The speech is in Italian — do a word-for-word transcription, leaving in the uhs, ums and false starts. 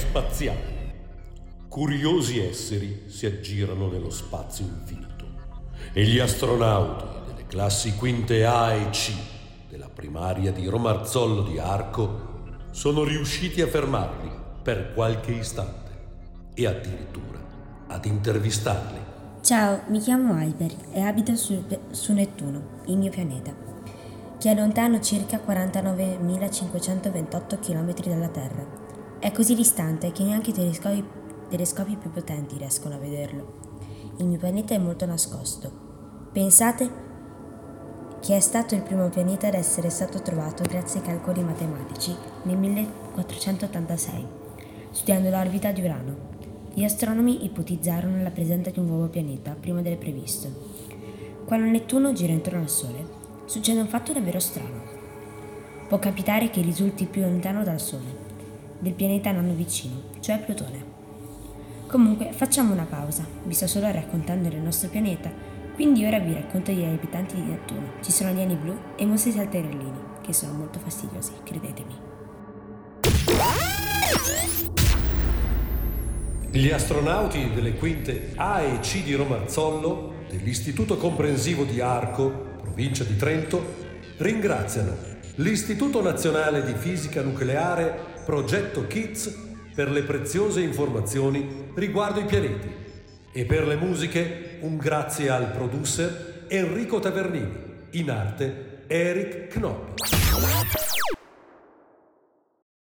spaziale. Curiosi esseri si aggirano nello spazio infinito e gli astronauti delle classi quinte A e C della primaria di Romarzollo di Arco sono riusciti a fermarli per qualche istante e addirittura ad intervistarli. Ciao, mi chiamo Alber e abito su, su Nettuno, il mio pianeta, che è lontano circa quarantanovemilacinquecentoventotto chilometri dalla Terra. È così distante che neanche i telescopi, telescopi più potenti riescono a vederlo. Il mio pianeta è molto nascosto. Pensate che è stato il primo pianeta ad essere stato trovato grazie ai calcoli matematici nel millequattrocentottantasei, studiando l'orbita di Urano. Gli astronomi ipotizzarono la presenza di un nuovo pianeta prima del previsto. Quando Nettuno gira intorno al Sole, succede un fatto davvero strano. Può capitare che risulti più lontano dal Sole, del pianeta nano vicino, cioè Plutone. Comunque, facciamo una pausa. Vi sto solo raccontando del nostro pianeta, quindi ora vi racconto degli abitanti di Nettuno. Ci sono alieni blu e mostri salterellini, che sono molto fastidiosi, credetemi. Gli astronauti delle quinte A e C di Romarzollo, dell'Istituto Comprensivo di Arco, provincia di Trento, ringraziano l'Istituto Nazionale di Fisica Nucleare Progetto Kids per le preziose informazioni riguardo i pianeti e per le musiche un grazie al producer Enrico Tavernini, in arte Eric Knoppi.